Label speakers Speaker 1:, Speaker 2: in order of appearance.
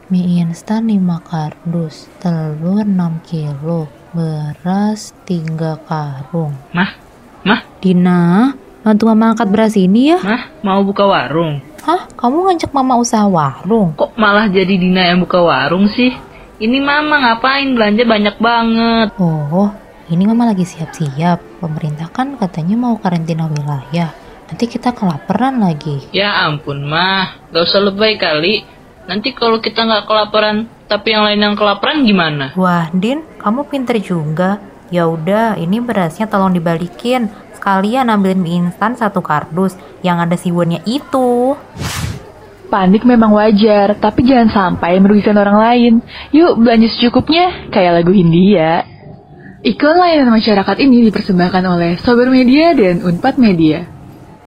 Speaker 1: Mie instan 5 kardus, telur 6 kilo, beras 3 karung.
Speaker 2: Mah?
Speaker 1: Dina, bantu mama angkat beras ini ya.
Speaker 2: Mah, mau buka warung?
Speaker 1: Hah? Kamu ngajak mama usaha warung?
Speaker 2: Kok malah jadi Dina yang buka warung sih? Ini mama ngapain belanja banyak banget?
Speaker 1: Oh, ini mama lagi siap-siap. Pemerintah kan katanya mau karantina wilayah. Nanti kita kelaparan lagi.
Speaker 2: Ya ampun mah, gak usah lebay kali. Nanti kalau kita gak kelaparan, tapi yang lain yang kelaparan gimana?
Speaker 1: Wah, Din, kamu pinter juga. Ya udah, ini berasnya tolong dibalikin. Sekalian ambilin mie instan 1 kardus yang ada siwonnya itu.
Speaker 3: Panik memang wajar, tapi jangan sampai merugikan orang lain. Yuk belanja secukupnya, kayak lagu Hindia. Iklan layanan masyarakat ini dipersembahkan oleh Sober Media dan Unpad Media.